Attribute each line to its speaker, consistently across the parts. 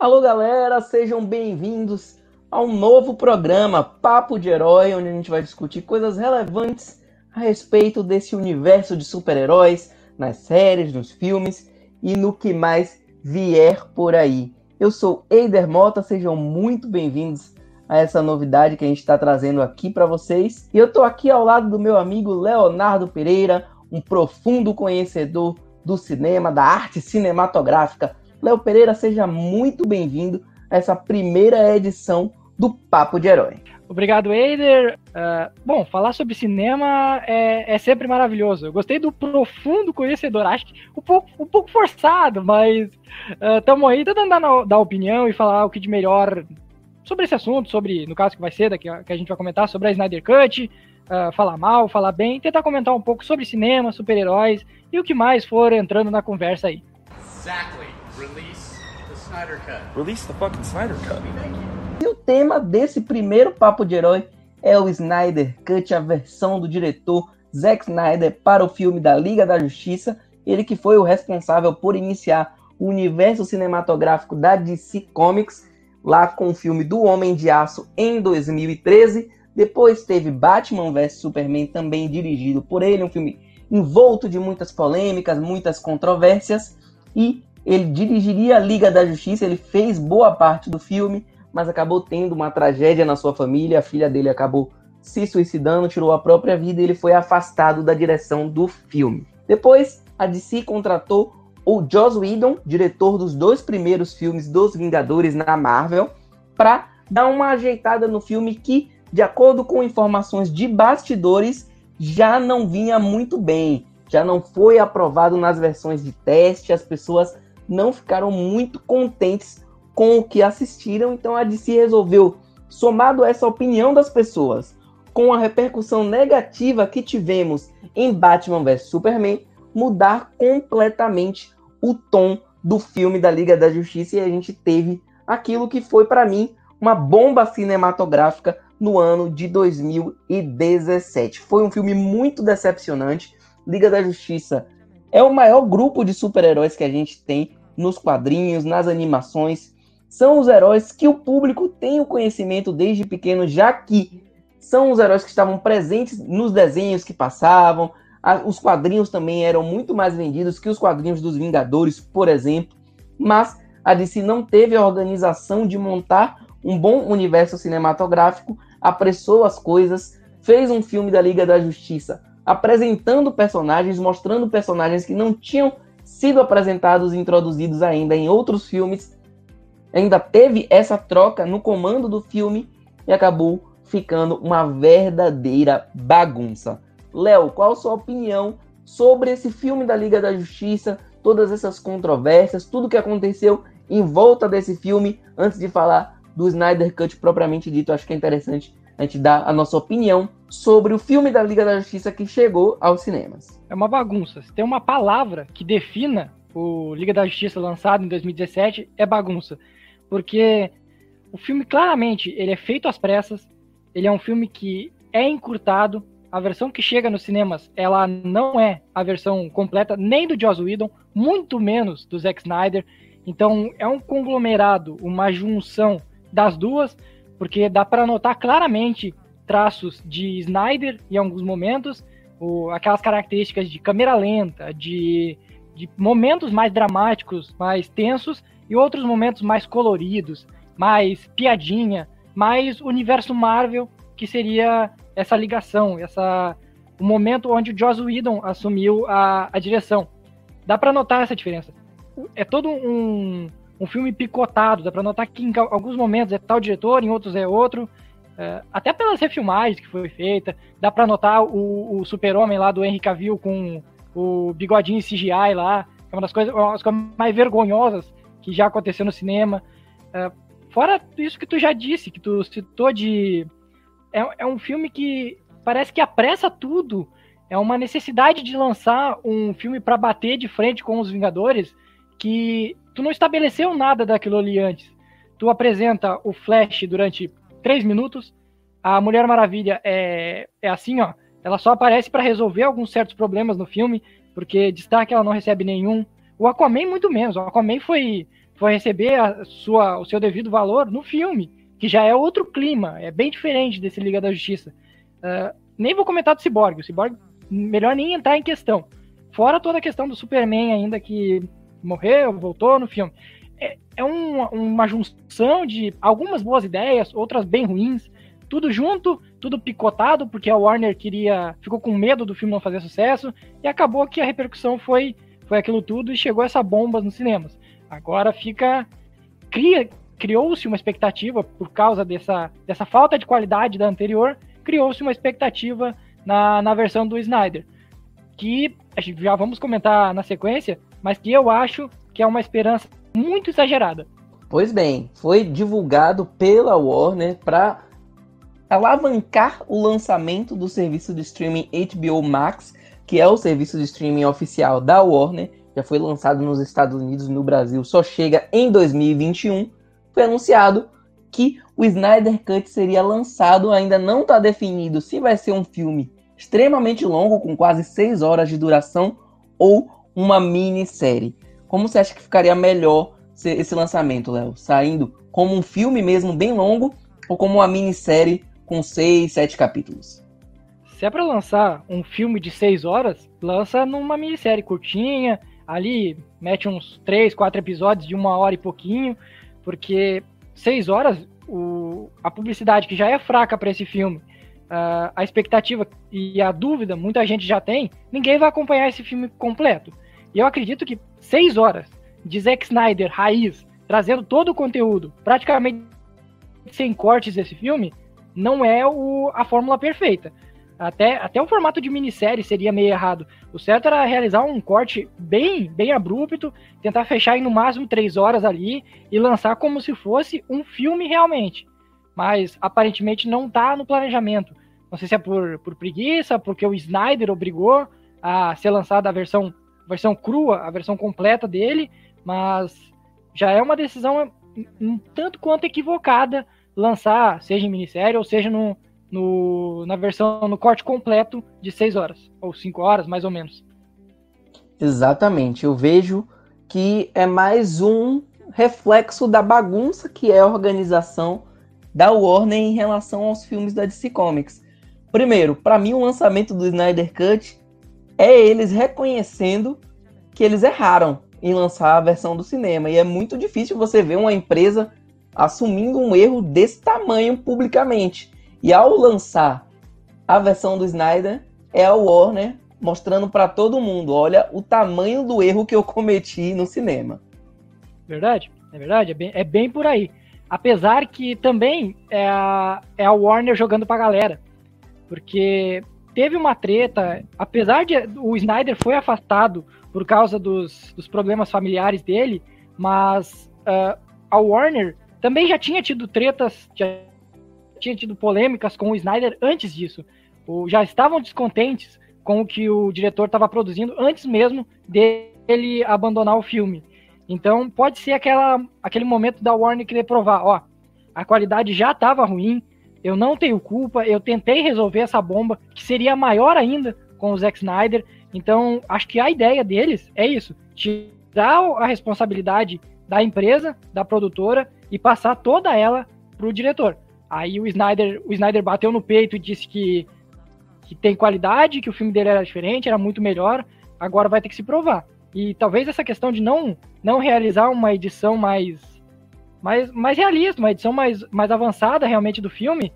Speaker 1: Alô galera, sejam bem-vindos a um novo programa Papo de Herói, onde a gente vai discutir coisas relevantes a respeito desse universo de super-heróis, nas séries, nos filmes e no que mais vier por aí. Eu sou Eider Mota, sejam muito bem-vindos a essa novidade que a gente está trazendo aqui para vocês. E eu estou aqui ao lado do meu amigo Leonardo Pereira, um profundo conhecedor do cinema, da arte cinematográfica. Léo Pereira, seja muito bem-vindo a essa primeira edição do Papo de Herói.
Speaker 2: Obrigado, Eider. Bom, falar sobre cinema é sempre maravilhoso. Eu gostei do profundo conhecedor, acho que um pouco forçado, mas estamos aí tentando dar opinião e falar o que de melhor sobre esse assunto, sobre, no caso que vai ser, que a gente vai comentar, sobre a Snyder Cut, falar mal, falar bem, tentar comentar um pouco sobre cinema, super-heróis e o que mais for entrando na conversa aí.
Speaker 3: Exactly. Release the Snyder Cut.
Speaker 4: Release the fucking Snyder Cut.
Speaker 1: E o tema desse primeiro Papo de Herói é o Snyder Cut, a versão do diretor Zack Snyder para o filme da Liga da Justiça, ele que foi o responsável por iniciar o universo cinematográfico da DC Comics, lá com o filme do Homem de Aço em 2013, depois teve Batman vs Superman, também dirigido por ele, um filme envolto de muitas polêmicas, muitas controvérsias, e ele dirigiria a Liga da Justiça, ele fez boa parte do filme, mas acabou tendo uma tragédia na sua família, a filha dele acabou se suicidando, tirou a própria vida e ele foi afastado da direção do filme. Depois, a DC contratou o Joss Whedon, diretor dos 2 primeiros filmes dos Vingadores na Marvel, para dar uma ajeitada no filme que, de acordo com informações de bastidores, já não vinha muito bem, já não foi aprovado nas versões de teste, as pessoas não ficaram muito contentes com o que assistiram, então a DC resolveu, somado a essa opinião das pessoas, com a repercussão negativa que tivemos em Batman vs Superman, mudar completamente o tom do filme da Liga da Justiça, e a gente teve aquilo que foi, para mim, uma bomba cinematográfica no ano de 2017. Foi um filme muito decepcionante. Liga da Justiça é o maior grupo de super-heróis que a gente tem nos quadrinhos, nas animações. São os heróis que o público tem o conhecimento desde pequeno, já que são os heróis que estavam presentes nos desenhos que passavam. Os quadrinhos também eram muito mais vendidos que os quadrinhos dos Vingadores, por exemplo. Mas a DC não teve a organização de montar um bom universo cinematográfico, apressou as coisas, fez um filme da Liga da Justiça apresentando personagens, mostrando personagens que não tinham sido apresentados e introduzidos ainda em outros filmes. Ainda teve essa troca no comando do filme e acabou ficando uma verdadeira bagunça. Léo, qual a sua opinião sobre esse filme da Liga da Justiça, todas essas controvérsias, tudo que aconteceu em volta desse filme, antes de falar do Snyder Cut propriamente dito? Acho que é interessante a gente dar a nossa opinião sobre o filme da Liga da Justiça que chegou aos cinemas.
Speaker 2: É uma bagunça. Se tem uma palavra que defina o Liga da Justiça lançado em 2017, é bagunça. Porque o filme, claramente, ele é feito às pressas, ele é um filme que é encurtado, a versão que chega nos cinemas, ela não é a versão completa, nem do Joss Whedon, muito menos do Zack Snyder. Então, é um conglomerado, uma junção das duas, porque dá para notar claramente traços de Snyder em alguns momentos, aquelas características de câmera lenta, de momentos mais dramáticos, mais tensos, e outros momentos mais coloridos, mais piadinha, mais universo Marvel, que seria essa ligação, o momento onde o Joss Whedon assumiu a direção. Dá para notar essa diferença. É todo um filme picotado, dá para notar que em alguns momentos é tal diretor, em outros é outro, até pelas refilmagens que foi feita, dá para notar o Super-Homem lá do Henry Cavill com o bigodinho CGI lá, é uma das coisas mais vergonhosas que já aconteceu no cinema. Fora isso que tu já disse, que tu citou é um filme que parece que apressa tudo, é uma necessidade de lançar um filme para bater de frente com os Vingadores, que tu não estabeleceu nada daquilo ali antes. Tu apresenta o Flash durante 3 minutos, a Mulher Maravilha é assim, ó, ela só aparece para resolver alguns certos problemas no filme, porque destaque ela não recebe nenhum. O Aquaman muito menos, o Aquaman foi foi receber o seu devido valor no filme, que já é outro clima, é bem diferente desse Liga da Justiça. Nem vou comentar do Cyborg, o Cyborg melhor nem entrar em questão. Fora toda a questão do Superman ainda, que morreu, voltou no filme. É uma junção de algumas boas ideias, outras bem ruins, tudo junto, tudo picotado, porque a Warner ficou com medo do filme não fazer sucesso, e acabou que a repercussão foi aquilo tudo e chegou essa bomba nos cinemas. Agora criou-se uma expectativa por causa dessa falta de qualidade da anterior, criou-se uma expectativa na versão do Snyder, que já vamos comentar na sequência, mas que eu acho que é uma esperança muito exagerada.
Speaker 1: Pois bem, foi divulgado pela Warner para alavancar o lançamento do serviço de streaming HBO Max, que é o serviço de streaming oficial da Warner. Já foi lançado nos Estados Unidos, no Brasil só chega em 2021. Foi anunciado que o Snyder Cut seria lançado, ainda não está definido se vai ser um filme extremamente longo, com quase 6 horas de duração, ou uma minissérie. Como você acha que ficaria melhor esse lançamento, Léo? Saindo como um filme mesmo bem longo, ou como uma minissérie com 6, 7 capítulos?
Speaker 2: Se é para lançar um filme de 6 horas, lança numa minissérie curtinha, ali mete uns 3, 4 episódios de 1 hora e pouquinho, porque 6 horas, a publicidade que já é fraca para esse filme, a expectativa e a dúvida, muita gente já tem, ninguém vai acompanhar esse filme completo. E eu acredito que 6 horas de Zack Snyder raiz, trazendo todo o conteúdo, praticamente sem cortes desse filme, não é a fórmula perfeita. Até o formato de minissérie seria meio errado. O certo era realizar um corte bem abrupto, tentar fechar em no máximo 3 horas ali e lançar como se fosse um filme realmente. Mas aparentemente não está no planejamento. Não sei se é por preguiça, porque o Snyder obrigou a ser lançada a versão crua, a versão completa dele, mas já é uma decisão um tanto quanto equivocada lançar, seja em minissérie ou seja na versão, no corte completo de 6 horas, ou 5 horas, mais ou menos.
Speaker 1: Exatamente, eu vejo que é mais um reflexo da bagunça que é a organização da Warner em relação aos filmes da DC Comics. Primeiro, para mim o lançamento do Snyder Cut é eles reconhecendo que eles erraram em lançar a versão do cinema, e é muito difícil você ver uma empresa assumindo um erro desse tamanho publicamente. E ao lançar a versão do Snyder, é a Warner mostrando para todo mundo, olha o tamanho do erro que eu cometi no cinema.
Speaker 2: Verdade, é bem por aí. Apesar que também é a Warner jogando pra galera. Porque teve uma treta, apesar de o Snyder foi afastado por causa dos problemas familiares dele, mas a Warner também já tinha tido tretas, já tinha tido polêmicas com o Snyder antes disso. Já estavam descontentes com o que o diretor estava produzindo antes mesmo dele abandonar o filme. Então pode ser aquele momento da Warner querer provar, a qualidade já estava ruim, eu não tenho culpa, eu tentei resolver essa bomba, que seria maior ainda com o Zack Snyder. Então acho que a ideia deles é isso, tirar a responsabilidade da empresa, da produtora, e passar toda ela pro diretor. Aí o Snyder bateu no peito e disse que tem qualidade, que o filme dele era diferente, era muito melhor, agora vai ter que se provar. E talvez essa questão de não realizar uma edição mais realista, uma edição mais avançada realmente do filme,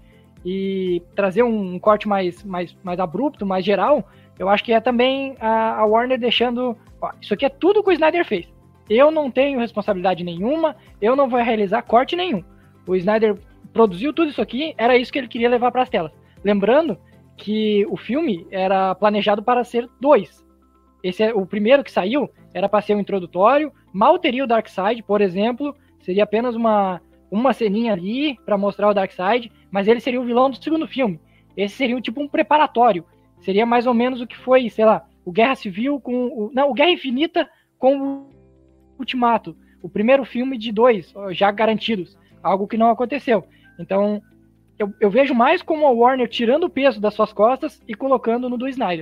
Speaker 2: e trazer um corte mais abrupto, mais geral, eu acho que é também a Warner deixando, isso aqui é tudo que o Snyder fez. Eu não tenho responsabilidade nenhuma, eu não vou realizar corte nenhum. O Snyder produziu tudo isso aqui, era isso que ele queria levar para as telas. Lembrando que o filme era planejado para ser 2. O primeiro que saiu era para ser um introdutório, mal teria o Darkseid, por exemplo, seria apenas uma ceninha ali para mostrar o Darkseid, mas ele seria o vilão do segundo filme. Esse seria tipo um preparatório. Seria mais ou menos o que foi, sei lá, o Guerra Civil o Guerra Infinita com o Ultimato. O primeiro filme de 2, já garantidos. Algo que não aconteceu. Então, eu vejo mais como a Warner tirando o peso das suas costas e colocando no do Snyder.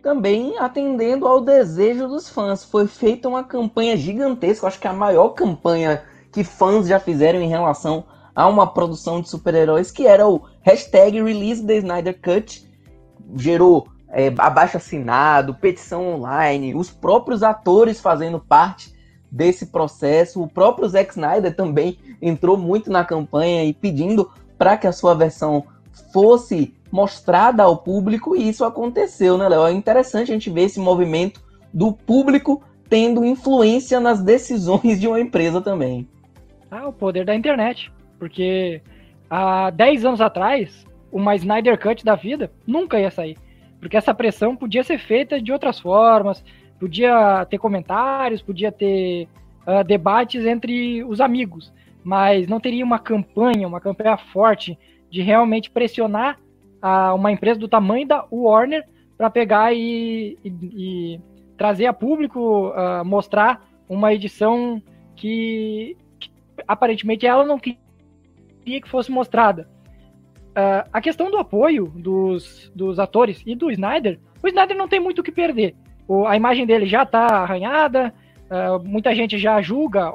Speaker 1: também atendendo ao desejo dos fãs. Foi feita uma campanha gigantesca, acho que a maior campanha que fãs já fizeram em relação a uma produção de super-heróis, que era o hashtag Release the Snyder Cut. Gerou abaixo-assinado, petição online, os próprios atores fazendo parte desse processo. O próprio Zack Snyder também entrou muito na campanha e pedindo para que a sua versão fosse mostrada ao público, e isso aconteceu, né, Léo? É interessante a gente ver esse movimento do público tendo influência nas decisões de uma empresa também.
Speaker 2: O poder da internet, porque há 10 anos atrás, uma Snyder Cut da vida nunca ia sair, porque essa pressão podia ser feita de outras formas, podia ter comentários, podia ter debates entre os amigos, mas não teria uma campanha forte de realmente pressionar uma empresa do tamanho da Warner para pegar e trazer a público, mostrar uma edição que aparentemente ela não queria que fosse mostrada. A questão do apoio dos atores e do Snyder, o Snyder não tem muito o que perder. A imagem dele já está arranhada, muita gente já julga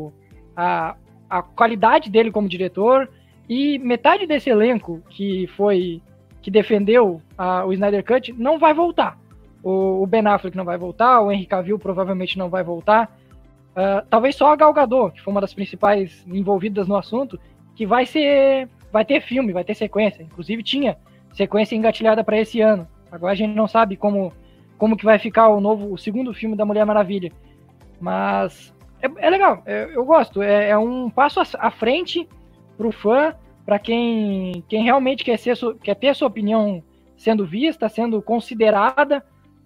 Speaker 2: a qualidade dele como diretor, e metade desse elenco que defendeu o Snyder Cut não vai voltar. O Ben Affleck não vai voltar, o Henry Cavill provavelmente não vai voltar. Talvez só a Gal Gadot, que foi uma das principais envolvidas no assunto, que vai ter filme, vai ter sequência. Inclusive tinha sequência engatilhada para esse ano. Agora a gente não sabe como que vai ficar o segundo filme da Mulher Maravilha. Mas é legal, eu gosto. É um passo à frente pro fã, para quem realmente quer ter a sua opinião sendo vista, sendo considerada.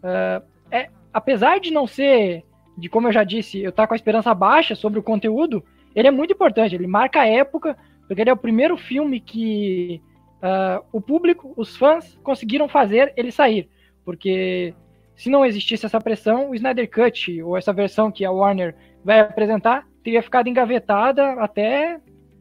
Speaker 2: Apesar de não ser, como eu já disse, eu estar com a esperança baixa sobre o conteúdo, ele é muito importante, ele marca a época, porque ele é o primeiro filme que o público, os fãs, conseguiram fazer ele sair. Porque se não existisse essa pressão, o Snyder Cut, ou essa versão que a Warner vai apresentar, teria ficado engavetada até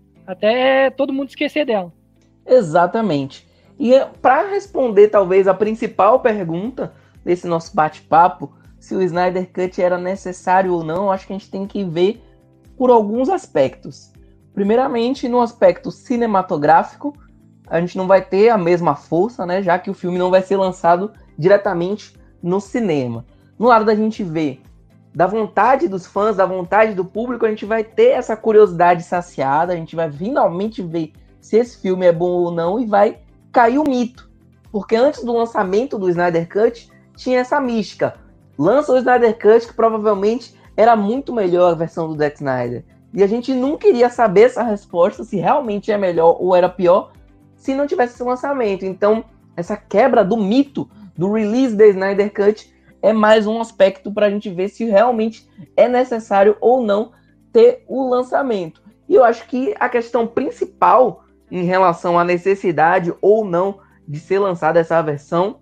Speaker 2: todo mundo esquecer dela.
Speaker 1: Exatamente. E para responder talvez a principal pergunta desse nosso bate-papo, se o Snyder Cut era necessário ou não, acho que a gente tem que ver por alguns aspectos. Primeiramente, no aspecto cinematográfico, a gente não vai ter a mesma força, né, já que o filme não vai ser lançado diretamente no cinema. No lado da gente ver da vontade dos fãs, da vontade do público, a gente vai ter essa curiosidade saciada, a gente vai finalmente ver se esse filme é bom ou não e vai cair o mito. Porque antes do lançamento do Snyder Cut, tinha essa mística. Lança o Snyder Cut, que provavelmente era muito melhor a versão do Zack Snyder. E a gente não queria saber essa resposta, se realmente é melhor ou era pior, se não tivesse esse lançamento. Então, essa quebra do mito do release da Snyder Cut é mais um aspecto para a gente ver se realmente é necessário ou não ter o lançamento. E eu acho que a questão principal em relação à necessidade ou não de ser lançada essa versão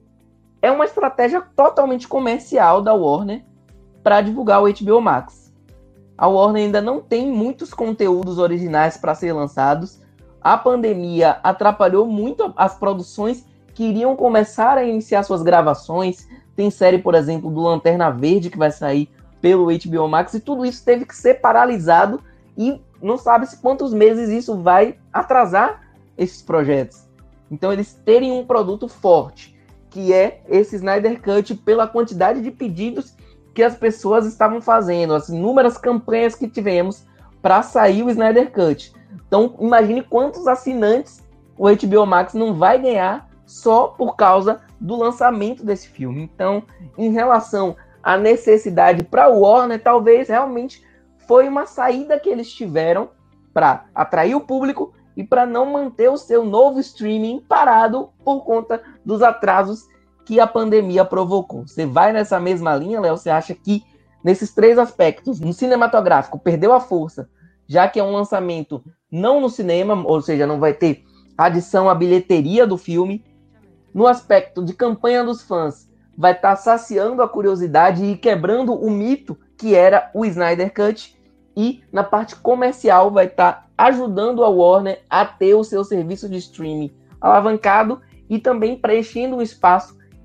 Speaker 1: é uma estratégia totalmente comercial da Warner para divulgar o HBO Max. A Warner ainda não tem muitos conteúdos originais para ser lançados. A pandemia atrapalhou muito as produções que iriam começar a iniciar suas gravações. Tem série, por exemplo, do Lanterna Verde que vai sair pelo HBO Max, e tudo isso teve que ser paralisado e não sabe-se quantos meses isso vai atrasar esses projetos. Então eles terem um produto forte, que é esse Snyder Cut, pela quantidade de pedidos que as pessoas estavam fazendo, as inúmeras campanhas que tivemos para sair o Snyder Cut. Então imagine quantos assinantes o HBO Max não vai ganhar só por causa do lançamento desse filme. Então, em relação à necessidade para o Warner, talvez realmente foi uma saída que eles tiveram para atrair o público e para não manter o seu novo streaming parado por conta dos atrasos que a pandemia provocou. Você vai nessa mesma linha, Léo? Você acha que nesses três aspectos, no cinematográfico, perdeu a força, já que é um lançamento não no cinema, ou seja, não vai ter adição à bilheteria do filme? No aspecto de campanha dos fãs, vai estar saciando a curiosidade e quebrando o mito que era o Snyder Cut. E na parte comercial vai estar ajudando a Warner a ter o seu serviço de streaming alavancado e também preenchendo o espaço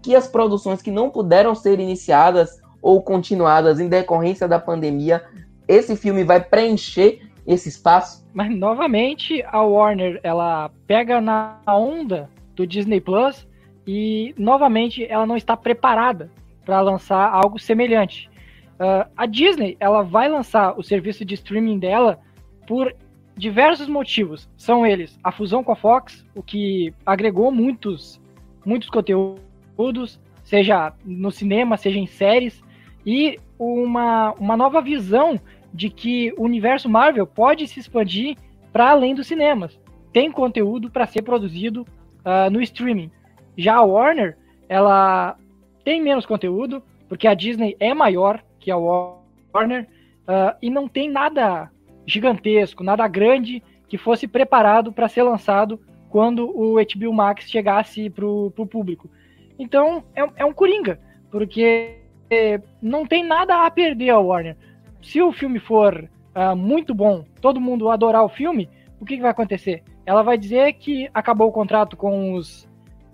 Speaker 1: que as produções que não puderam ser iniciadas ou continuadas em decorrência da pandemia, esse filme vai preencher esse espaço?
Speaker 2: Mas, novamente, a Warner, ela pega na onda do Disney Plus e, novamente, ela não está preparada para lançar algo semelhante. A Disney, ela vai lançar o serviço de streaming dela por diversos motivos. São eles a fusão com a Fox, o que agregou muitos conteúdos, seja no cinema, seja em séries, e uma nova visão de que o universo Marvel pode se expandir para além dos cinemas. Tem conteúdo para ser produzido no streaming. Já a Warner, ela tem menos conteúdo, porque a Disney é maior que a Warner, e não tem nada gigantesco, nada grande que fosse preparado para ser lançado quando o HBO Max chegasse para o público. Então, é um coringa, porque não tem nada a perder a Warner. Se o filme for muito bom, todo mundo adorar o filme, o que vai acontecer? Ela vai dizer que acabou o contrato com os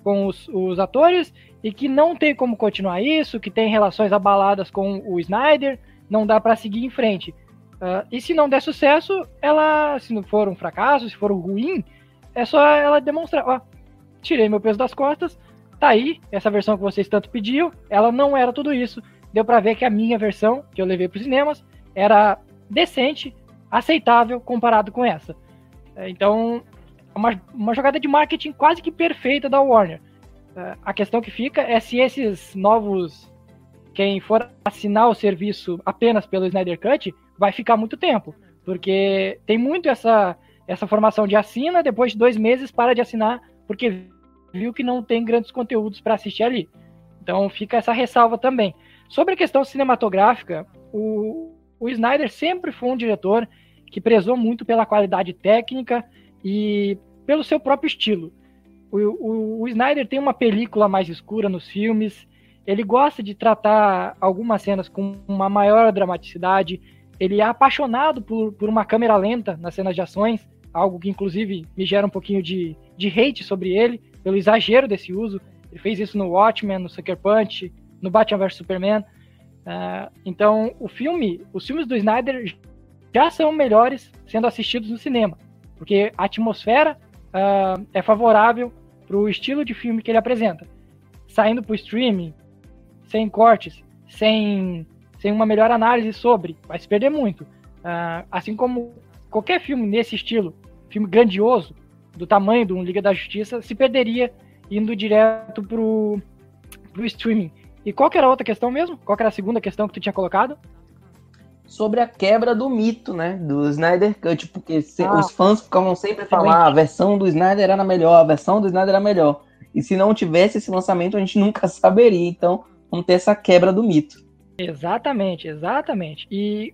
Speaker 2: atores e que não tem como continuar isso, que tem relações abaladas com o Snyder, não dá para seguir em frente. E se não der sucesso, se não for um fracasso, se for ruim, é só ela demonstrar, tirei meu peso das costas, tá aí, essa versão que vocês tanto pediam, ela não era tudo isso. Deu para ver que a minha versão, que eu levei para os cinemas, era decente, aceitável comparado com essa. Então, uma jogada de marketing quase que perfeita da Warner. A questão que fica é se esses novos, quem for assinar o serviço apenas pelo Snyder Cut, vai ficar muito tempo, porque tem muito essa formação de assina, depois de 2 meses para de assinar, porque viu que não tem grandes conteúdos para assistir ali. Então fica essa ressalva também. Sobre a questão cinematográfica, o Snyder sempre foi um diretor que prezou muito pela qualidade técnica e pelo seu próprio estilo. O Snyder tem uma película mais escura nos filmes, ele gosta de tratar algumas cenas com uma maior dramaticidade, ele é apaixonado por uma câmera lenta nas cenas de ações, algo que inclusive me gera um pouquinho de hate sobre ele, pelo exagero desse uso. Ele fez isso no Watchmen, no Sucker Punch, no Batman vs Superman. Então, os filmes do Snyder já são melhores sendo assistidos no cinema, porque a atmosfera é favorável para o estilo de filme que ele apresenta. Saindo para o streaming, sem cortes, sem uma melhor análise sobre, vai se perder muito. Assim como qualquer filme nesse estilo, filme grandioso, do tamanho de um Liga da Justiça, se perderia indo direto pro streaming. E qual que era a outra questão mesmo? Qual que era a segunda questão que tu tinha colocado?
Speaker 1: Sobre a quebra do mito, né, do Snyder Cut, porque os fãs ficavam sempre falando, a versão do Snyder era melhor, a versão do Snyder era melhor. E se não tivesse esse lançamento, a gente nunca saberia. Então, vamos ter essa quebra do mito.
Speaker 2: Exatamente. E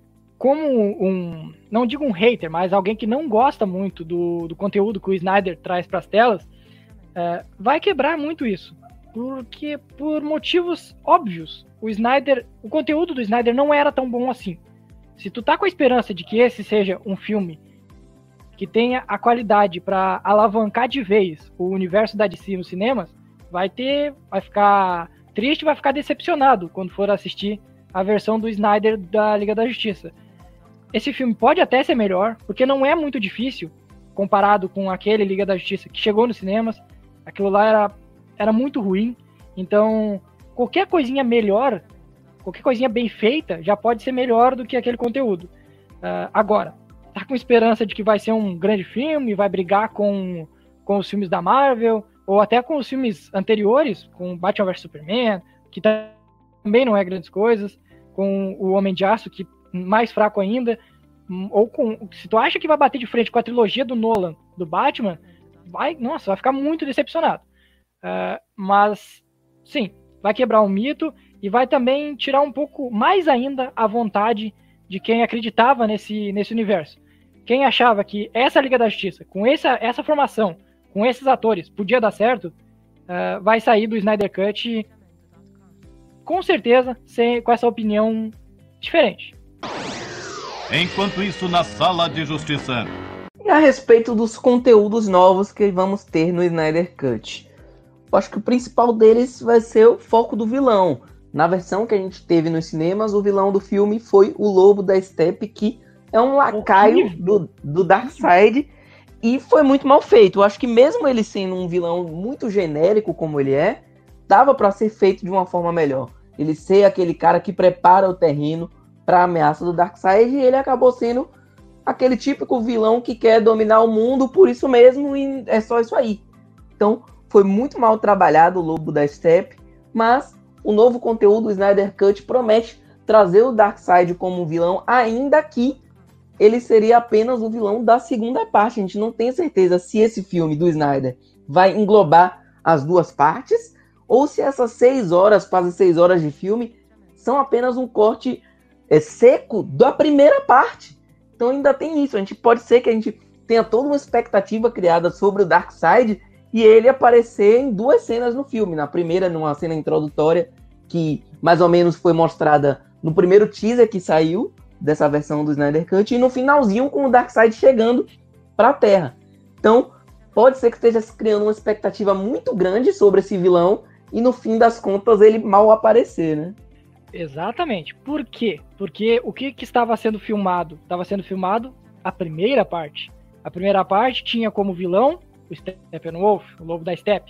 Speaker 2: como não digo um hater, mas alguém que não gosta muito do conteúdo que o Snyder traz para as telas, vai quebrar muito isso. Porque, por motivos óbvios, o conteúdo do Snyder não era tão bom assim. Se tu tá com a esperança de que esse seja um filme que tenha a qualidade para alavancar de vez o universo da DC nos cinemas, vai ficar triste, vai ficar decepcionado quando for assistir a versão do Snyder da Liga da Justiça. Esse filme pode até ser melhor, porque não é muito difícil comparado com aquele Liga da Justiça que chegou nos cinemas. Aquilo lá era muito ruim. Então, qualquer coisinha melhor, qualquer coisinha bem feita, já pode ser melhor do que aquele conteúdo. Agora, tá com esperança de que vai ser um grande filme, vai brigar com os filmes da Marvel, ou até com os filmes anteriores, com Batman vs Superman, que também não é grandes coisas, com o Homem de Aço, que mais fraco ainda, ou se tu acha que vai bater de frente com a trilogia do Nolan, do Batman, vai ficar muito decepcionado. Mas, sim, vai quebrar um mito e vai também tirar um pouco mais ainda a vontade de quem acreditava nesse universo. Quem achava que essa Liga da Justiça, com essa formação, com esses atores, podia dar certo, vai sair do Snyder Cut com certeza com essa opinião diferente.
Speaker 4: Enquanto isso, na Sala de Justiça.
Speaker 1: E a respeito dos conteúdos novos que vamos ter no Snyder Cut. eu acho que o principal deles vai ser o foco do vilão. Na versão que a gente teve nos cinemas, o vilão do filme foi o Lobo da Steppe, que é um lacaio do Darkseid, e foi muito mal feito. Eu acho que mesmo ele sendo um vilão muito genérico como ele é, dava para ser feito de uma forma melhor. Ele ser aquele cara que prepara o terreno para a ameaça do Darkseid, e ele acabou sendo aquele típico vilão que quer dominar o mundo por isso mesmo, e é só isso aí. Então, foi muito mal trabalhado o Lobo da Steppe, mas o novo conteúdo do Snyder Cut promete trazer o Darkseid como vilão, ainda que ele seria apenas o vilão da segunda parte. A gente não tem certeza se esse filme do Snyder vai englobar as duas partes, ou se essas 6 horas, quase 6 horas de filme, são apenas um corte seco da primeira parte. Então ainda tem isso. Pode ser que a gente tenha toda uma expectativa criada sobre o Darkseid e ele aparecer em 2 cenas no filme. Na primeira, numa cena introdutória, que mais ou menos foi mostrada no primeiro teaser que saiu dessa versão do Snyder Cut, e no finalzinho com o Darkseid chegando para a Terra. Então, pode ser que esteja se criando uma expectativa muito grande sobre esse vilão, e no fim das contas ele mal aparecer, né?
Speaker 2: Exatamente. Por quê? Porque o que estava sendo filmado? Estava sendo filmado a primeira parte. A primeira parte tinha como vilão o Steppenwolf, o Lobo da Steppe.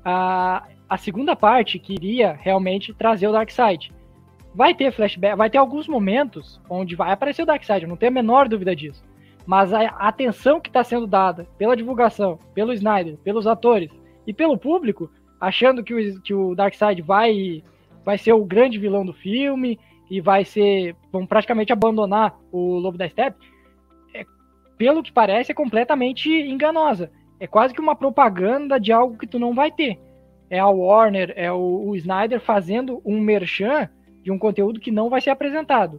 Speaker 2: A segunda parte queria realmente trazer o Darkseid. Vai ter flashback, vai ter alguns momentos onde vai aparecer o Darkseid, eu não tenho a menor dúvida disso. Mas a atenção que está sendo dada pela divulgação, pelo Snyder, pelos atores e pelo público, achando que o Darkseid vai ser o grande vilão do filme e vão praticamente abandonar o Lobo da Steppe, pelo que parece, é completamente enganosa. É quase que uma propaganda de algo que tu não vai ter. É a Warner, é o Snyder fazendo um merchan de um conteúdo que não vai ser apresentado.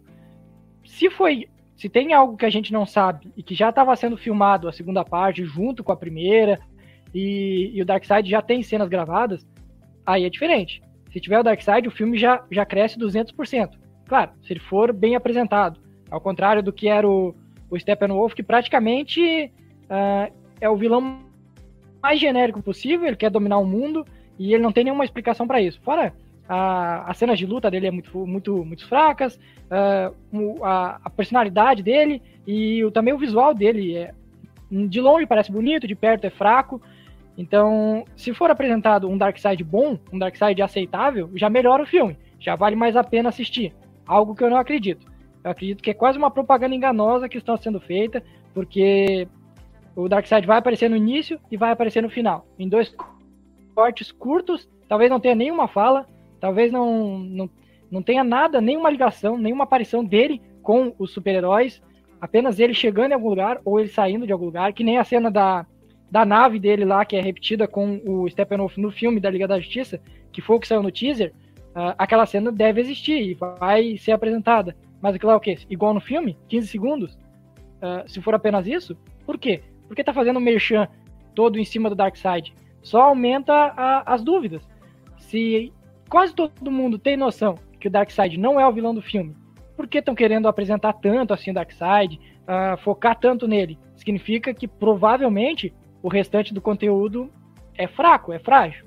Speaker 2: Se tem algo que a gente não sabe e que já estava sendo filmado a segunda parte junto com a primeira e o Darkseid já tem cenas gravadas, aí é diferente. Se tiver o Darkseid, o filme já cresce 200%. Claro, se ele for bem apresentado. Ao contrário do que era o Steppenwolf, que praticamente é o vilão mais genérico possível, ele quer dominar o mundo e ele não tem nenhuma explicação para isso. Fora as cenas de luta dele é muito fracas, a personalidade dele e também o visual dele de longe parece bonito, de perto é fraco. Então, se for apresentado um Darkseid bom, um Darkseid aceitável, já melhora o filme, já vale mais a pena assistir. Algo que eu não acredito. Eu acredito que é quase uma propaganda enganosa que está sendo feita, porque o Darkseid vai aparecer no início e vai aparecer no final, em 2 cortes curtos, talvez não tenha nenhuma fala, talvez não tenha nada, nenhuma ligação, nenhuma aparição dele com os super-heróis, apenas ele chegando em algum lugar ou ele saindo de algum lugar, que nem a cena da nave dele lá, que é repetida com o Steppenwolf no filme da Liga da Justiça, que foi o que saiu no teaser. Aquela cena deve existir e vai ser apresentada. Mas aquilo é o quê? Igual no filme? 15 segundos? Se for apenas isso? Por quê? Porque tá fazendo o merchan todo em cima do Darkseid. Só aumenta as dúvidas. Se quase todo mundo tem noção que o Darkseid não é o vilão do filme, por que estão querendo apresentar tanto assim o Darkseid, focar tanto nele? Significa que provavelmente o restante do conteúdo é fraco, é frágil.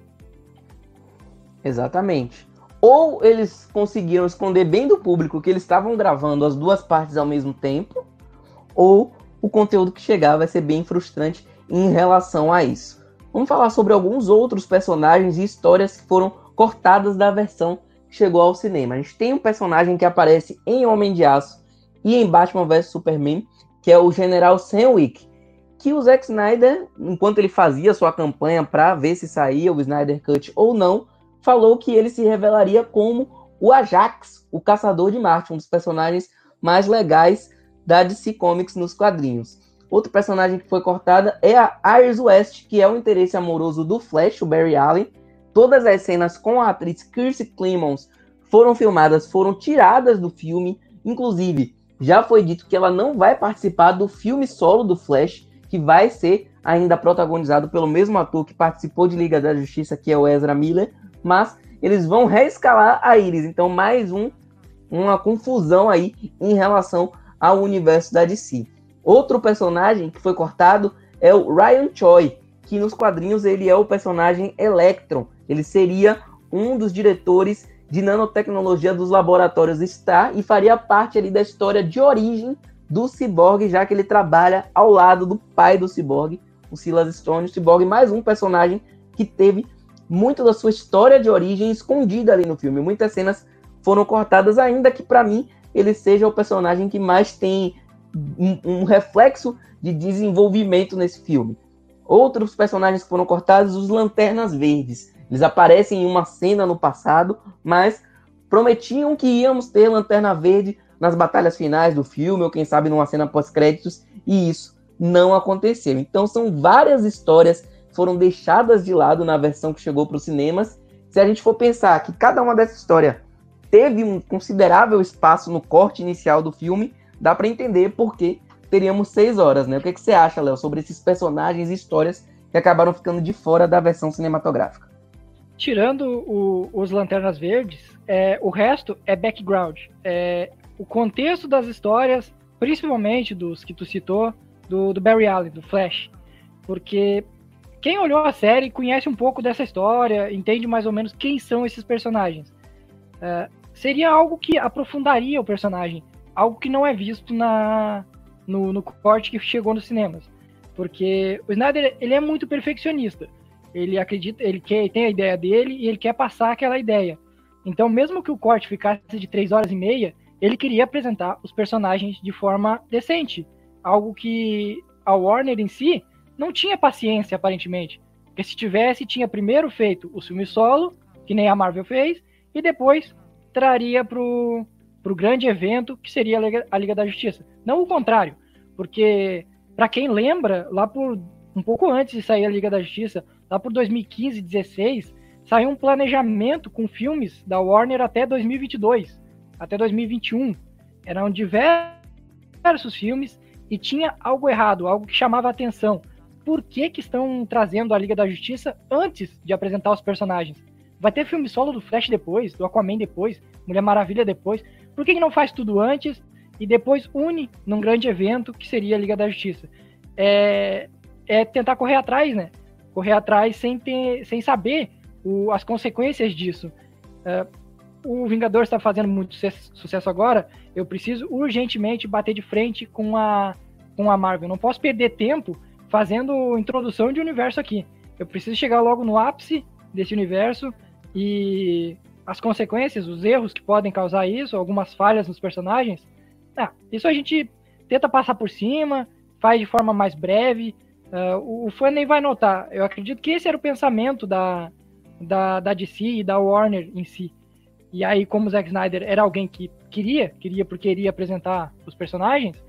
Speaker 1: Exatamente. Ou eles conseguiram esconder bem do público que eles estavam gravando as 2 partes ao mesmo tempo, ou o conteúdo que chegar vai ser bem frustrante em relação a isso. Vamos falar sobre alguns outros personagens e histórias que foram cortadas da versão que chegou ao cinema. A gente tem um personagem que aparece em Homem de Aço e em Batman vs Superman, que é o General Sam Wick, que o Zack Snyder, enquanto ele fazia sua campanha para ver se saía o Snyder Cut ou não, falou que ele se revelaria como o Ajax, o Caçador de Marte, um dos personagens mais legais da DC Comics nos quadrinhos. Outro personagem que foi cortada é a Iris West, que é o interesse amoroso do Flash, o Barry Allen. Todas as cenas com a atriz Kiersey Clemons foram filmadas, foram tiradas do filme. Inclusive, já foi dito que ela não vai participar do filme solo do Flash, que vai ser ainda protagonizado pelo mesmo ator que participou de Liga da Justiça, que é o Ezra Miller, mas eles vão reescalar a Iris. Então, mais uma confusão aí em relação ao universo da DC. Outro personagem que foi cortado é o Ryan Choi, que nos quadrinhos ele é o personagem Electron, Ele seria um dos diretores de nanotecnologia dos laboratórios Star e faria parte ali da história de origem do Cyborg, já que ele trabalha ao lado do pai do Cyborg, o Silas Stone. O Cyborg, mais um personagem que teve muito da sua história de origem escondida ali no filme. Muitas cenas foram cortadas, ainda que para mim ele seja o personagem que mais tem um reflexo de desenvolvimento nesse filme. Outros personagens que foram cortados, os Lanternas Verdes. Eles aparecem em uma cena no passado, mas prometiam que íamos ter Lanterna Verde nas batalhas finais do filme, ou quem sabe numa cena pós-créditos, e isso não aconteceu. Então são várias histórias que foram deixadas de lado na versão que chegou para os cinemas. Se a gente for pensar que cada uma dessas histórias teve um considerável espaço no corte inicial do filme, dá para entender por que teríamos 6 horas, né? O que você acha, Léo, sobre esses personagens e histórias que acabaram ficando de fora da versão cinematográfica?
Speaker 2: Tirando os Lanternas Verdes, o resto é background. O contexto das histórias, principalmente dos que tu citou, do Barry Allen, do Flash. Porque quem olhou a série conhece um pouco dessa história, entende mais ou menos quem são esses personagens. Seria algo que aprofundaria o personagem, algo que não é visto no corte que chegou nos cinemas. Porque o Snyder, ele é muito perfeccionista. Ele acredita, tem a ideia dele e ele quer passar aquela ideia. Então, mesmo que o corte ficasse de 3 horas e meia, ele queria apresentar os personagens de forma decente. Algo que a Warner em si não tinha paciência, aparentemente. Porque se tivesse, tinha primeiro feito o filme solo, que nem a Marvel fez, e depois traria pro grande evento, que seria a Liga da Justiça. Não o contrário, porque, para quem lembra, lá por um pouco antes de sair a Liga da Justiça, lá por 2015, 2016, saiu um planejamento com filmes da Warner até 2022, até 2021. Eram diversos filmes e tinha algo errado, algo que chamava a atenção. Por que estão trazendo a Liga da Justiça antes de apresentar os personagens? Vai ter filme solo do Flash depois, do Aquaman depois, Mulher Maravilha depois. Por que não faz tudo antes e depois une num grande evento que seria a Liga da Justiça? É tentar correr atrás, né? Correr atrás sem saber as consequências disso. O Vingador está fazendo muito sucesso agora, eu preciso urgentemente bater de frente com a Marvel. Não posso perder tempo fazendo introdução de universo aqui. Eu preciso chegar logo no ápice desse universo e as consequências, os erros que podem causar isso, algumas falhas nos personagens, isso a gente tenta passar por cima, faz de forma mais breve. O fã nem vai notar. Eu acredito que esse era o pensamento da DC e da Warner em si. E aí, como o Zack Snyder era alguém que queria porque iria apresentar os personagens,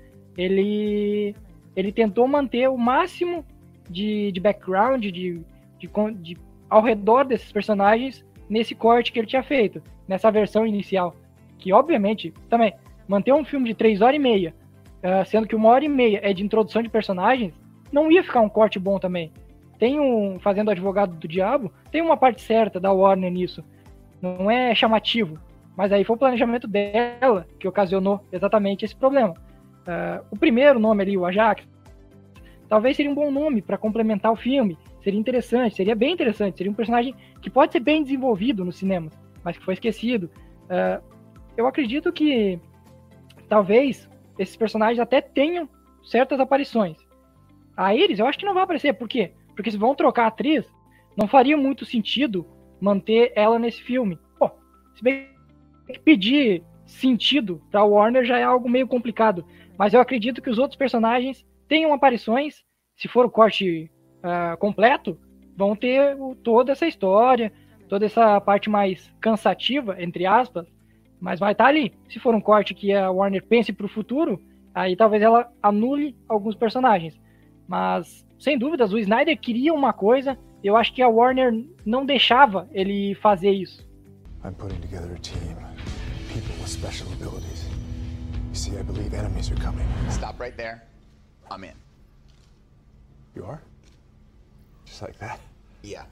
Speaker 2: ele tentou manter o máximo de background, de ao redor desses personagens nesse corte que ele tinha feito, nessa versão inicial. Que, obviamente, também, manter um filme de 3 horas e meia, sendo que 1 hora e meia é de introdução de personagens, não ia ficar um corte bom também. Fazendo Advogado do Diabo, tem uma parte certa da Warner nisso. Não é chamativo, mas aí foi o planejamento dela que ocasionou exatamente esse problema. O primeiro nome ali, o Ajax, talvez seria um bom nome para complementar o filme, seria interessante, seria bem interessante, seria um personagem que pode ser bem desenvolvido nos cinemas, mas que foi esquecido. Eu acredito que talvez esses personagens até tenham certas aparições. A Iris, eu acho que não vai aparecer, por quê? Porque se vão trocar a atriz, não faria muito sentido manter ela nesse filme. Pô, se bem que pedir sentido pra Warner já é algo meio complicado, mas eu acredito que os outros personagens tenham aparições, se for o corte completo, vão ter toda essa história, toda essa parte mais cansativa, entre aspas, mas vai estar ali. Se for um corte que a Warner pense pro futuro, aí talvez ela anule alguns personagens. Mas, sem dúvidas, o Snyder queria uma coisa, eu acho que a Warner não deixava ele fazer isso.
Speaker 5: I'm putting together a team, people with special abilities. You see, I believe enemies are coming.
Speaker 3: Stop right there. I'm in.
Speaker 5: You are? Just like that?
Speaker 3: Yeah,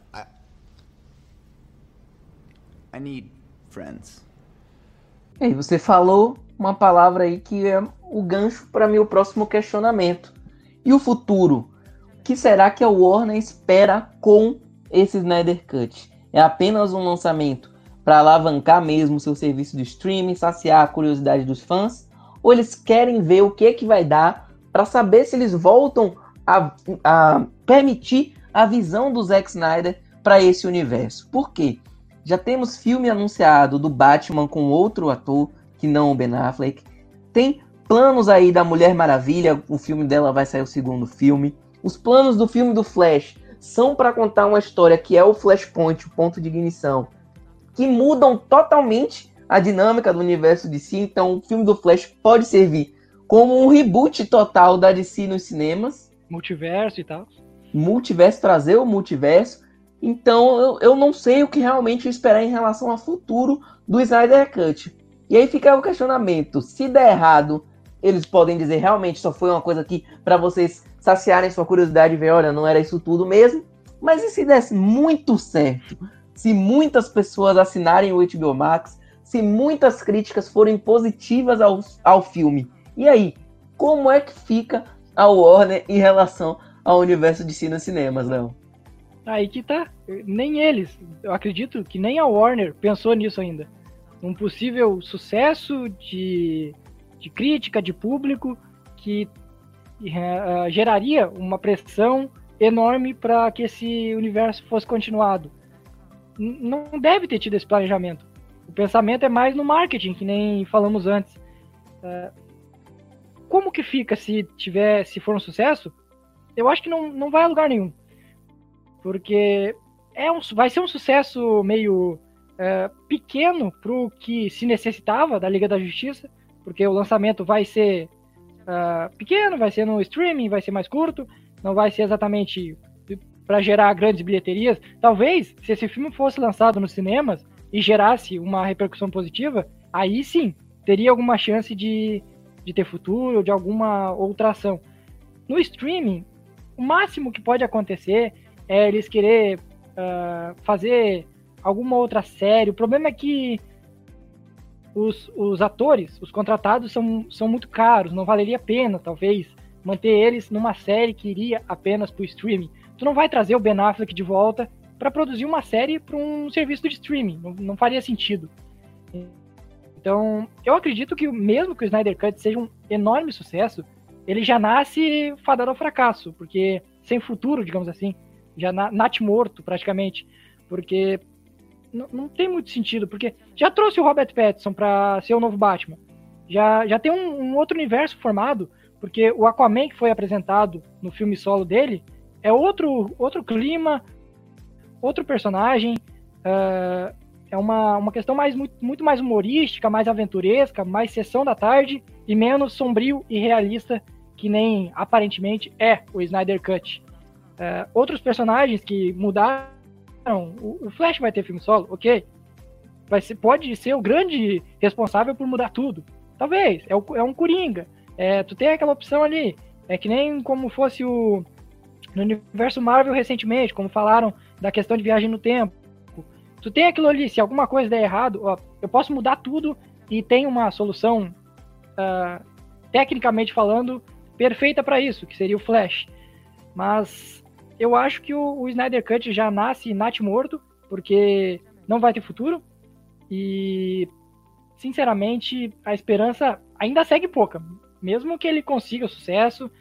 Speaker 3: I need friends.
Speaker 1: E você falou uma palavra aí que é o gancho para meu próximo questionamento. E o futuro? O que será que a Warner espera com esse Snyder Cut? É apenas um lançamento para alavancar mesmo seu serviço de streaming, saciar a curiosidade dos fãs? Ou eles querem ver o que vai dar para saber se eles voltam a permitir a visão do Zack Snyder para esse universo? Por quê? Já temos filme anunciado do Batman com outro ator, que não o Ben Affleck. Tem planos aí da Mulher Maravilha, o filme dela vai sair o segundo filme. Os planos do filme do Flash são para contar uma história que é o Flashpoint, o ponto de ignição, que mudam totalmente a dinâmica do universo DC. Então o filme do Flash pode servir como um reboot total da DC nos cinemas.
Speaker 2: Multiverso e tal.
Speaker 1: Trazer o multiverso. Então eu não sei o que realmente esperar em relação ao futuro do Snyder Cut. E aí fica o questionamento, se der errado, eles podem dizer realmente só foi uma coisa aqui para vocês saciarem sua curiosidade e ver, olha, não era isso tudo mesmo. Mas e se desse muito certo? Se muitas pessoas assinarem o HBO Max, se muitas críticas forem positivas ao filme, e aí, como é que fica a Warner em relação ao universo de nos cinemas, Léo?
Speaker 2: Aí que tá, nem eles, eu acredito que nem a Warner pensou nisso ainda. Um possível sucesso de crítica, de público, que geraria uma pressão enorme para que esse universo fosse continuado. Não deve ter tido esse planejamento. O pensamento é mais no marketing, que nem falamos antes. Como que fica se for um sucesso? Eu acho que não vai a lugar nenhum. Porque vai ser um sucesso meio pequeno para o que se necessitava da Liga da Justiça, porque o lançamento vai ser pequeno, vai ser no streaming, vai ser mais curto, não vai ser exatamente para gerar grandes bilheterias. Talvez, se esse filme fosse lançado nos cinemas e gerasse uma repercussão positiva, aí sim, teria alguma chance de ter futuro, de alguma outra ação. No streaming, o máximo que pode acontecer é eles querer fazer alguma outra série. O problema é que os atores, os contratados, são muito caros, não valeria a pena, talvez, manter eles numa série que iria apenas para o streaming. Tu não vai trazer o Ben Affleck de volta para produzir uma série para um serviço de streaming, não faria sentido. Então, eu acredito que mesmo que o Snyder Cut seja um enorme sucesso, ele já nasce fadado ao fracasso, porque sem futuro, digamos assim, já natimorto praticamente, porque não tem muito sentido, porque já trouxe o Robert Pattinson para ser o novo Batman, já tem um outro universo formado, porque o Aquaman que foi apresentado no filme solo dele é outro clima, outro personagem, é uma questão muito mais humorística, mais aventuresca, mais sessão da tarde e menos sombrio e realista, que nem aparentemente é o Snyder Cut. Outros personagens que mudaram, o Flash vai ter filme solo, ok, pode ser o grande responsável por mudar tudo, talvez, é um Coringa, tu tem aquela opção ali, é que nem como fosse no universo Marvel recentemente, como falaram da questão de viagem no tempo, tu tem aquilo ali, se alguma coisa der errado, eu posso mudar tudo e tem uma solução, tecnicamente falando, perfeita para isso, que seria o Flash. Mas eu acho que o Snyder Cut já nasce natimorto, porque não vai ter futuro, e sinceramente a esperança ainda segue pouca. Mesmo que ele consiga o sucesso,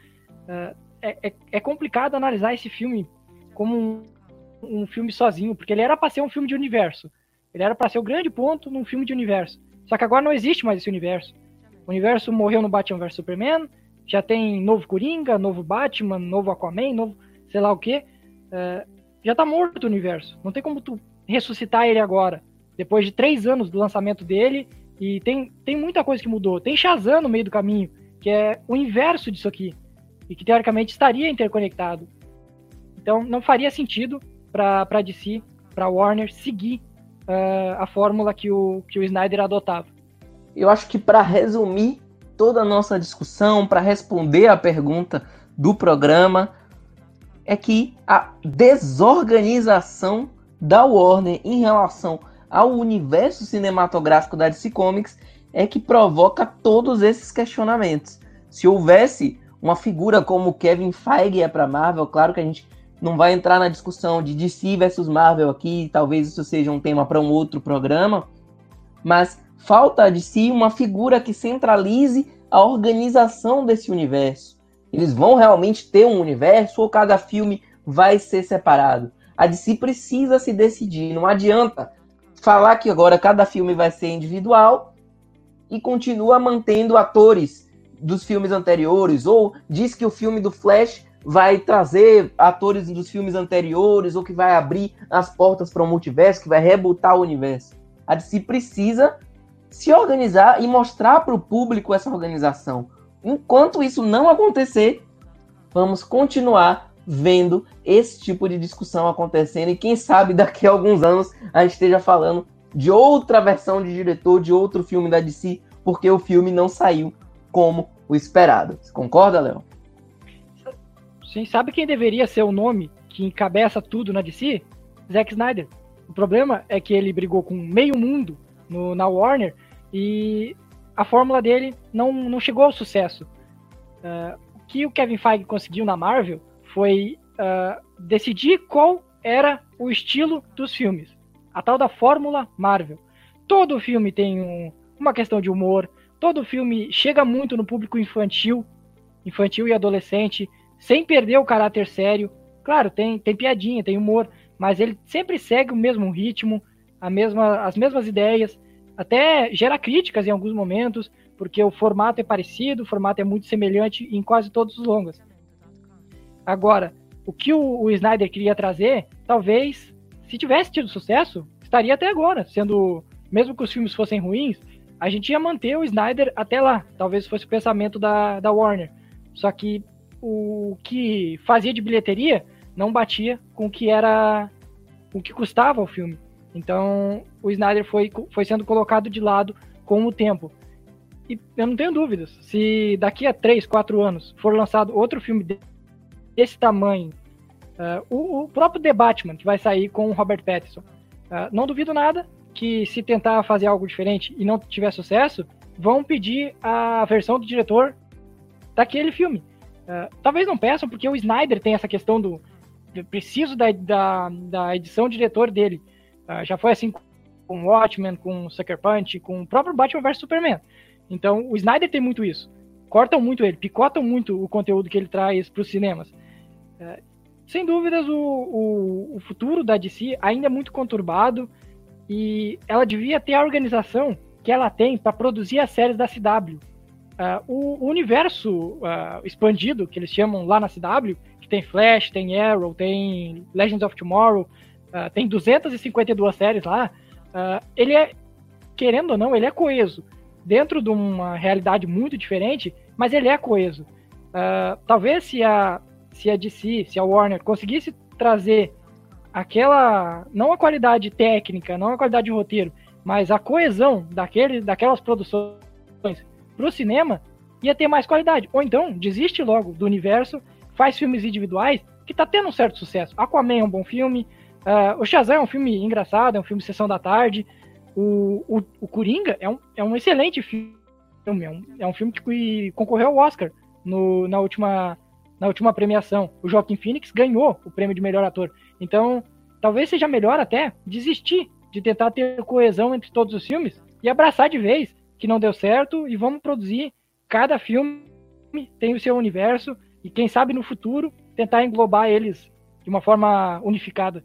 Speaker 2: é complicado analisar esse filme como um filme sozinho, porque ele era para ser um filme de universo. Ele era para ser o grande ponto num filme de universo. Só que agora não existe mais esse universo. O universo morreu no Batman vs Superman, já tem novo Coringa, novo Batman, novo Aquaman, novo sei lá o que. Já tá morto o universo. Não tem como tu ressuscitar ele agora, depois de 3 anos do lançamento dele, e tem muita coisa que mudou. Tem Shazam no meio do caminho, que é o inverso disso aqui, e que teoricamente estaria interconectado. Então não faria sentido para DC, para Warner, seguir a fórmula que o Snyder adotava.
Speaker 1: Eu acho que para resumir toda a nossa discussão, para responder a pergunta do programa, é que a desorganização da Warner em relação ao universo cinematográfico da DC Comics é que provoca todos esses questionamentos. Se houvesse uma figura como Kevin Feige para Marvel, claro que a gente não vai entrar na discussão de DC versus Marvel aqui, talvez isso seja um tema para um outro programa, mas falta a DC uma figura que centralize a organização desse universo. Eles vão realmente ter um universo ou cada filme vai ser separado? A DC precisa se decidir, não adianta falar que agora cada filme vai ser individual e continua mantendo atores dos filmes anteriores, ou diz que o filme do Flash vai trazer atores dos filmes anteriores, ou que vai abrir as portas para o multiverso, que vai rebootar o universo. A DC precisa se organizar e mostrar para o público essa organização. Enquanto isso não acontecer, vamos continuar vendo esse tipo de discussão acontecendo, e quem sabe daqui a alguns anos a gente esteja falando de outra versão de diretor, de outro filme da DC, porque o filme não saiu como o esperado. Você concorda, Léo?
Speaker 2: Sim, sabe quem deveria ser o nome que encabeça tudo na DC? Zack Snyder. O problema é que ele brigou com meio mundo na Warner e a fórmula dele não chegou ao sucesso. O que o Kevin Feige conseguiu na Marvel foi decidir qual era o estilo dos filmes. A tal da fórmula Marvel. Todo filme tem uma questão de humor, todo filme chega muito no público infantil e adolescente, sem perder o caráter sério. Claro, tem piadinha, tem humor, mas ele sempre segue o mesmo ritmo, as mesmas ideias, até gera críticas em alguns momentos, porque o formato é parecido, o formato é muito semelhante em quase todos os longas. Agora, o que o Snyder queria trazer, talvez, se tivesse tido sucesso, estaria até agora, mesmo que os filmes fossem ruins, a gente ia manter o Snyder até lá, talvez fosse o pensamento da Warner. Só que o que fazia de bilheteria não batia com o que custava o filme. Então, o Snyder foi sendo colocado de lado com o tempo. E eu não tenho dúvidas, se daqui a 3, 4 anos for lançado outro filme desse tamanho, o próprio The Batman, que vai sair com o Robert Pattinson, não duvido nada que, se tentar fazer algo diferente e não tiver sucesso, vão pedir a versão do diretor daquele filme. Talvez não peçam, porque o Snyder tem essa questão do preciso da edição diretor dele. Já foi assim com Watchmen, com Sucker Punch, com o próprio Batman vs Superman. Então o Snyder tem muito isso. Cortam muito ele, picotam muito o conteúdo que ele traz para os cinemas. Sem dúvidas, o futuro da DC ainda é muito conturbado, e ela devia ter a organização que ela tem para produzir as séries da CW. O universo expandido, que eles chamam lá na CW, que tem Flash, tem Arrow, tem Legends of Tomorrow, tem 252 séries lá, ele é, querendo ou não, ele é coeso, dentro de uma realidade muito diferente, mas ele é coeso. Talvez se a DC, se a Warner conseguisse trazer não a qualidade técnica, não a qualidade de roteiro, mas a coesão daquelas produções para o cinema, ia ter mais qualidade. Ou então, desiste logo do universo, faz filmes individuais, que tá tendo um certo sucesso. Aquaman é um bom filme, o Shazam é um filme engraçado, é um filme Sessão da Tarde, o Coringa é um excelente filme, é um filme que concorreu ao Oscar na última premiação. O Joaquin Phoenix ganhou o prêmio de melhor ator. Então, talvez seja melhor até desistir de tentar ter coesão entre todos os filmes e abraçar de vez que não deu certo, e vamos produzir, cada filme tem o seu universo, e quem sabe no futuro tentar englobar eles de uma forma unificada.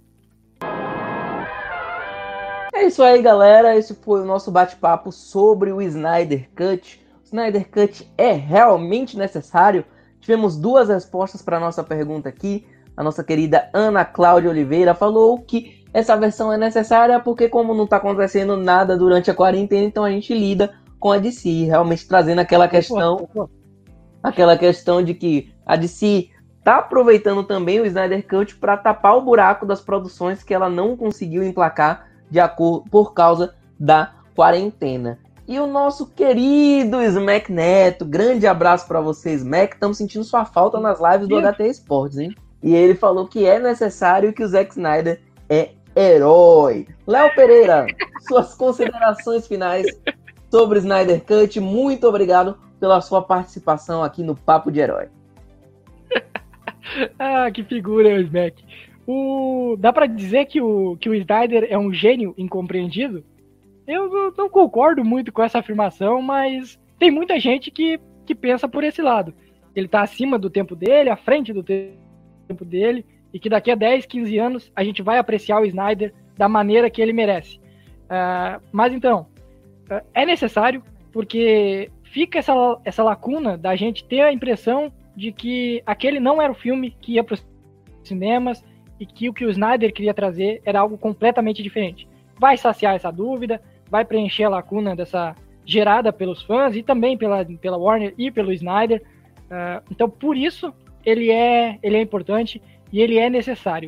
Speaker 1: É isso aí, galera. Esse foi o nosso bate-papo sobre o Snyder Cut. O Snyder Cut é realmente necessário? Tivemos 2 respostas para a nossa pergunta aqui. A nossa querida Ana Cláudia Oliveira falou que essa versão é necessária porque, como não está acontecendo nada durante a quarentena, então a gente lida com a DC, realmente trazendo aquela questão de que a DC está aproveitando também o Snyder Cut para tapar o buraco das produções que ela não conseguiu emplacar por causa da quarentena. E o nosso querido Smack Neto, grande abraço para você, Smack, estamos sentindo sua falta nas lives do HT Esportes, hein? E ele falou que é necessário, que o Zack Snyder é herói. Léo Pereira, suas considerações finais sobre o Snyder Cut. Muito obrigado pela sua participação aqui no Papo de Herói.
Speaker 2: Ah, que figura o Smack. Dá pra dizer que o Snyder é um gênio incompreendido? Eu não concordo muito com essa afirmação, mas tem muita gente que pensa por esse lado. Ele tá acima do tempo dele, à frente do tempo dele, e que daqui a 10, 15 anos a gente vai apreciar o Snyder da maneira que ele merece. Mas então, é necessário, porque fica essa lacuna da gente ter a impressão de que aquele não era o filme que ia para os cinemas e que o Snyder queria trazer era algo completamente diferente. Vai saciar essa dúvida, vai preencher a lacuna dessa gerada pelos fãs e também pela Warner e pelo Snyder. Então, por isso, ele é importante e ele é necessário.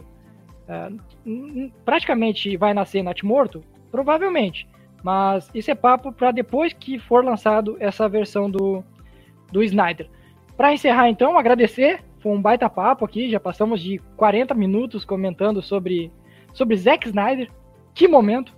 Speaker 2: Praticamente vai nascer natimorto? Provavelmente. Mas isso é papo para depois que for lançado essa versão do Snyder. Para encerrar, então, agradecer. Foi um baita papo aqui. Já passamos de 40 minutos comentando sobre Zack Snyder. Que momento!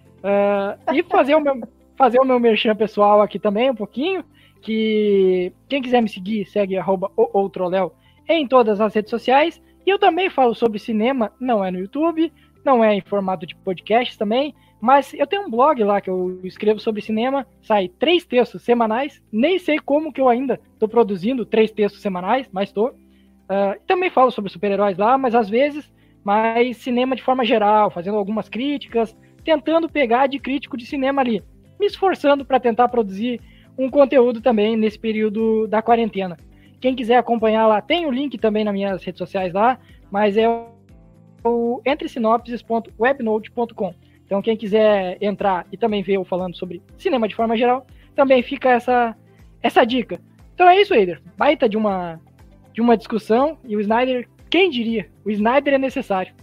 Speaker 2: E fazer o meu merchan pessoal aqui também um pouquinho. Que quem quiser me seguir, segue @outroléo em todas as redes sociais. E eu também falo sobre cinema. Não é no YouTube, não é em formato de podcast também. Mas eu tenho um blog lá que eu escrevo sobre cinema, sai 3 textos semanais, nem sei como que eu ainda estou produzindo 3 textos semanais, mas estou. Também falo sobre super-heróis lá, mas às vezes mais cinema de forma geral, fazendo algumas críticas, tentando pegar de crítico de cinema ali, me esforçando para tentar produzir um conteúdo também nesse período da quarentena. Quem quiser acompanhar lá, tem o link também nas minhas redes sociais lá, mas é o entresinopses.webnote.com. Então, quem quiser entrar e também ver eu falando sobre cinema de forma geral, também fica essa dica. Então é isso, Eider. Baita de uma discussão. E o Snyder, quem diria? O Snyder é necessário.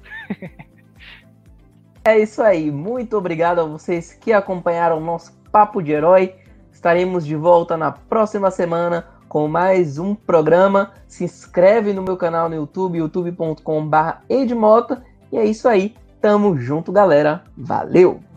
Speaker 1: É isso aí. Muito obrigado a vocês que acompanharam o nosso Papo de Herói. Estaremos de volta na próxima semana com mais um programa. Se inscreve no meu canal no YouTube, youtube.com/edmota. E é isso aí. Tamo junto, galera. Valeu!